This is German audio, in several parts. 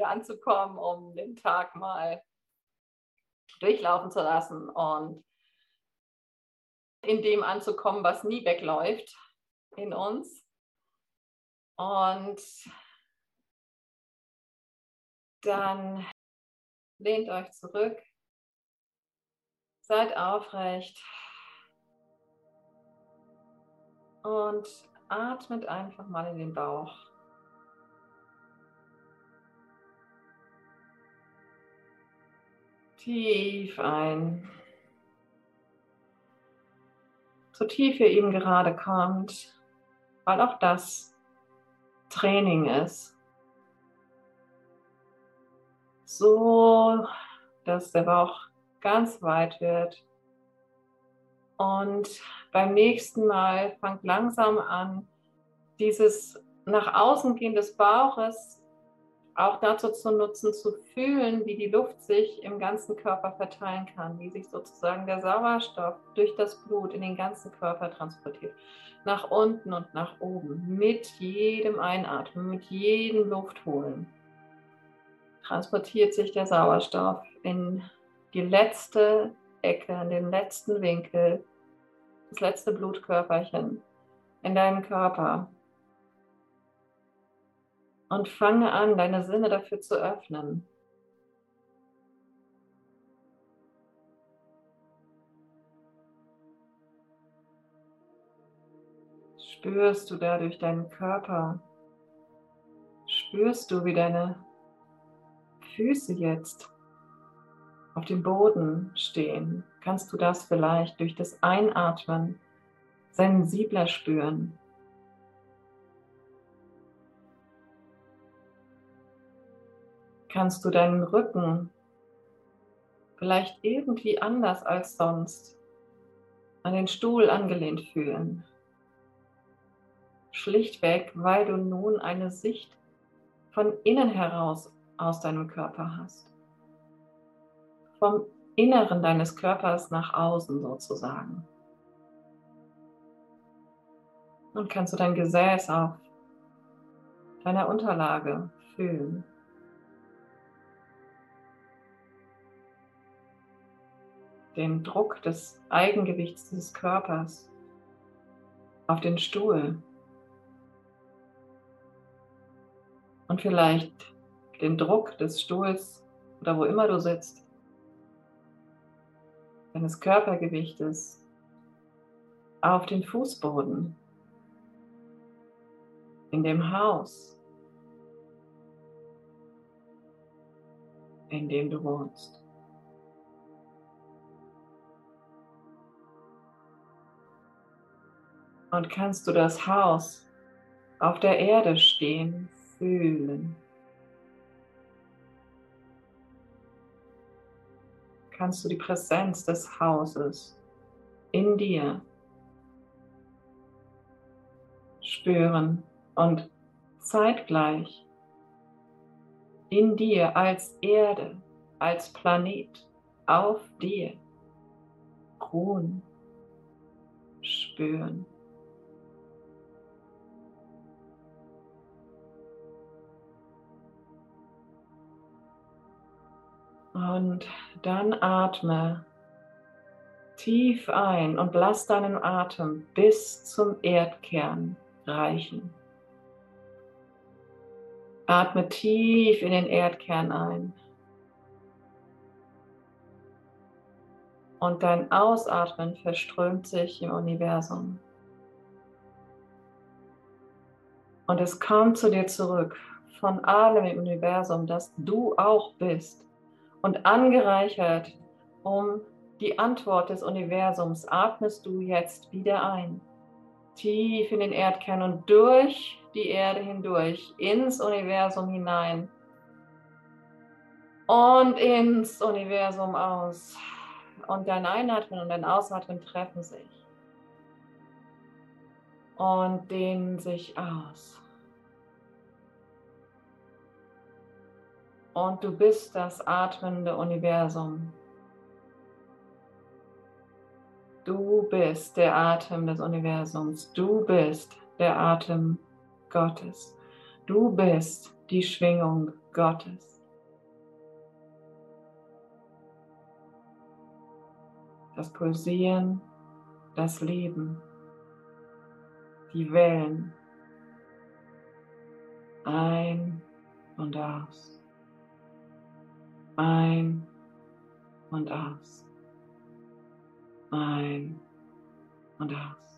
wieder anzukommen, um den Tag mal durchlaufen zu lassen und in dem anzukommen, was nie wegläuft in uns. Und dann lehnt euch zurück, seid aufrecht und atmet einfach mal in den Bauch. Tief ein. So tief ihr eben gerade kommt, weil auch das Training ist. So, dass der Bauch ganz weit wird. Und beim nächsten Mal fangt langsam an, dieses nach außen gehen des Bauches auch dazu zu nutzen, zu fühlen, wie die Luft sich im ganzen Körper verteilen kann, wie sich sozusagen der Sauerstoff durch das Blut in den ganzen Körper transportiert, nach unten und nach oben, mit jedem Einatmen, mit jedem Luftholen. Transportiert sich der Sauerstoff in die letzte Ecke, in den letzten Winkel, das letzte Blutkörperchen in deinem Körper. Und fange an, deine Sinne dafür zu öffnen. Spürst du dadurch deinen Körper? Spürst du, wie deine Füße jetzt auf dem Boden stehen? Kannst du das vielleicht durch das Einatmen sensibler spüren? Kannst du deinen Rücken vielleicht irgendwie anders als sonst an den Stuhl angelehnt fühlen? Schlichtweg, weil du nun eine Sicht von innen heraus aus deinem Körper hast. Vom Inneren deines Körpers nach außen sozusagen. Und kannst du dein Gesäß auf deiner Unterlage fühlen. Den Druck des Eigengewichts des Körpers auf den Stuhl. Und vielleicht den Druck des Stuhls oder wo immer du sitzt, deines Körpergewichtes auf den Fußboden, in dem Haus, in dem du wohnst. Und kannst du das Haus auf der Erde stehen, fühlen? Kannst du die Präsenz des Hauses in dir spüren und zeitgleich in dir als Erde, als Planet auf dir ruhen, spüren. Und dann atme tief ein und lass deinen Atem bis zum Erdkern reichen. Atme tief in den Erdkern ein. Und dein Ausatmen verströmt sich im Universum. Und es kommt zu dir zurück von allem im Universum, das du auch bist. Und angereichert um die Antwort des Universums atmest du jetzt wieder ein. Tief in den Erdkern und durch die Erde hindurch, ins Universum hinein und ins Universum aus. Und dein Einatmen und dein Ausatmen treffen sich und dehnen sich aus. Und du bist das atmende Universum. Du bist der Atem des Universums. Du bist der Atem Gottes. Du bist die Schwingung Gottes. das Pulsieren, das Leben, die Wellen ein und aus, ein und aus, ein und aus.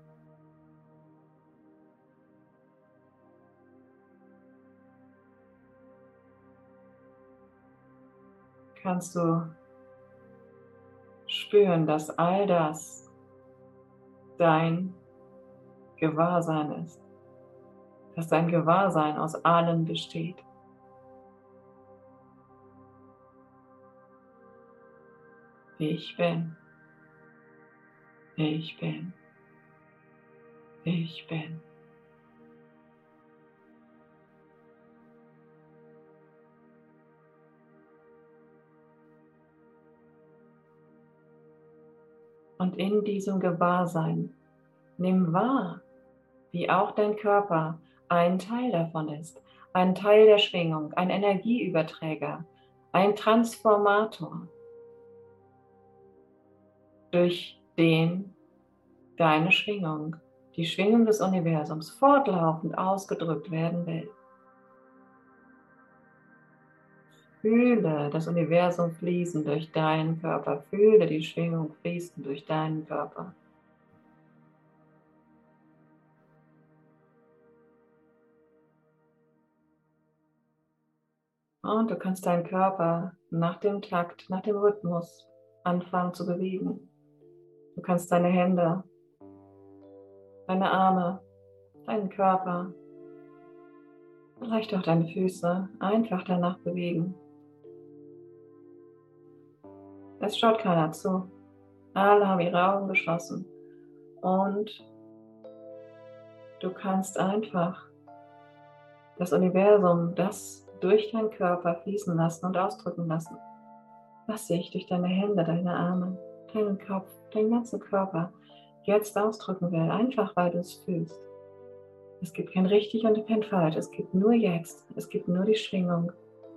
Kannst du spüren, dass all das dein Gewahrsein ist, dass dein Gewahrsein aus allem besteht. Ich bin, ich bin, ich bin. Und in diesem Gewahrsein nimm wahr, wie auch dein Körper ein Teil davon ist, ein Teil der Schwingung, ein Energieüberträger, ein Transformator, durch den deine Schwingung, die Schwingung des Universums fortlaufend ausgedrückt werden will. Fühle das Universum fließen durch deinen Körper, fühle die Schwingung fließen durch deinen Körper. Und du kannst deinen Körper nach dem Takt, nach dem Rhythmus anfangen zu bewegen. Du kannst deine Hände, deine Arme, deinen Körper, vielleicht auch deine Füße einfach danach bewegen. Es schaut keiner zu. Alle haben ihre Augen geschlossen. Und du kannst einfach das Universum, das durch deinen Körper fließen lassen und ausdrücken lassen, was sich durch deine Hände, deine Arme, deinen Kopf, deinen ganzen Körper jetzt ausdrücken will, einfach weil du es fühlst. Es gibt kein richtig und kein falsch, es gibt nur jetzt, es gibt nur die Schwingung.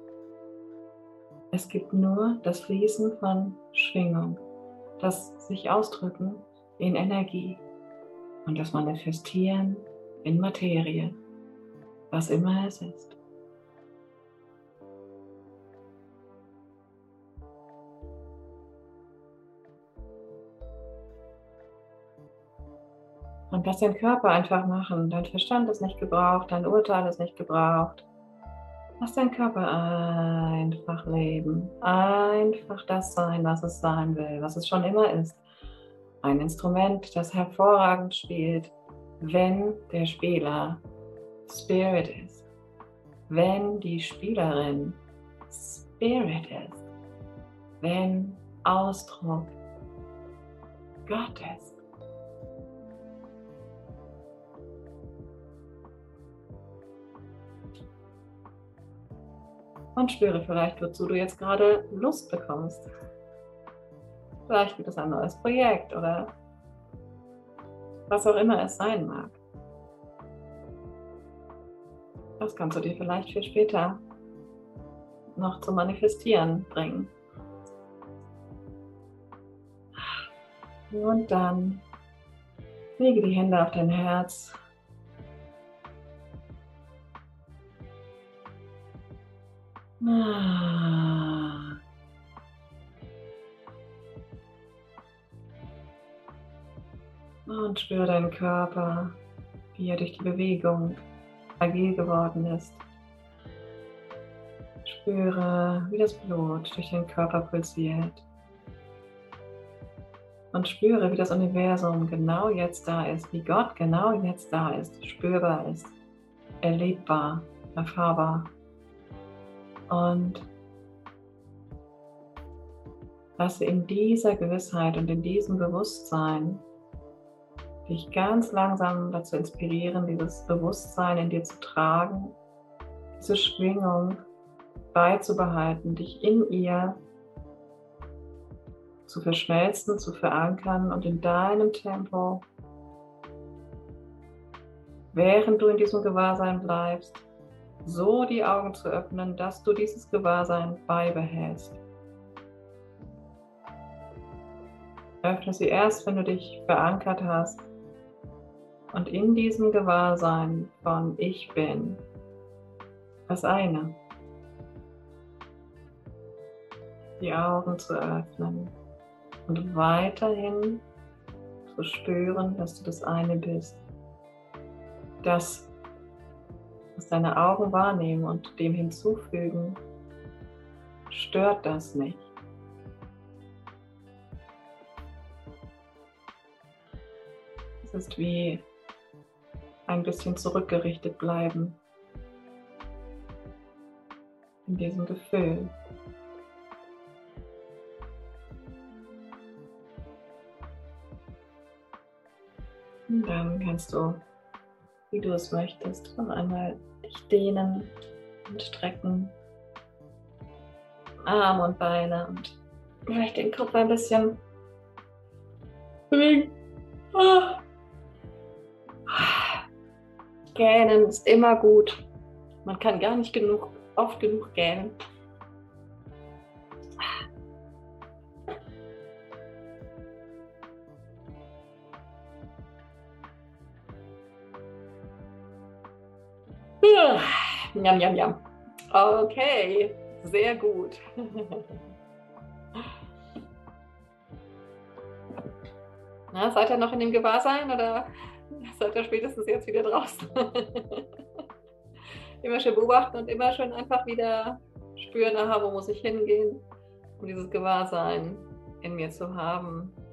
Es gibt nur das Fließen von Schwingung, das sich ausdrücken in Energie und das Manifestieren in Materie, was immer es ist. Und lass den Körper einfach machen. Dein Verstand ist nicht gebraucht, dein Urteil ist nicht gebraucht. Lass deinen Körper einfach leben. Einfach das sein, was es sein will, was es schon immer ist. Ein Instrument, das hervorragend spielt, wenn der Spieler Spirit ist. Wenn die Spielerin Spirit ist. Wenn Ausdruck Gott ist. Und spüre vielleicht, wozu du jetzt gerade Lust bekommst. Vielleicht gibt es ein neues Projekt oder was auch immer es sein mag. Das kannst du dir vielleicht für später noch zum Manifestieren bringen. Und dann lege die Hände auf dein Herz. Und spüre deinen Körper, wie er durch die Bewegung agil geworden ist. Spüre, wie das Blut durch den Körper pulsiert. Und spüre, wie das Universum genau jetzt da ist, wie Gott genau jetzt da ist, spürbar ist, erlebbar, erfahrbar. Und lasse in dieser Gewissheit und in diesem Bewusstsein dich ganz langsam dazu inspirieren, dieses Bewusstsein in dir zu tragen, diese Schwingung beizubehalten, dich in ihr zu verschmelzen, zu verankern und in deinem Tempo, während du in diesem Gewahrsein bleibst, so die Augen zu öffnen, dass du dieses Gewahrsein beibehältst. Öffne sie erst, wenn du dich verankert hast und in diesem Gewahrsein von Ich bin das eine, die Augen zu öffnen und weiterhin zu spüren, dass du das eine bist. Das, was deine Augen wahrnehmen und dem hinzufügen, stört das nicht. Es ist wie ein bisschen zurückgerichtet bleiben in diesem Gefühl. Und dann kannst du, wie du es möchtest, noch einmal dich dehnen und strecken. Arme und Beine und vielleicht den Kopf ein bisschen bewegen. Gähnen ist immer gut. Man kann gar nicht oft genug gähnen. Jam, jam, jam. Okay, sehr gut. Na, seid ihr noch in dem Gewahrsein oder seid ihr spätestens jetzt wieder draußen? Immer schön beobachten und immer schön einfach wieder spüren, aha, wo muss ich hingehen, um dieses Gewahrsein in mir zu haben.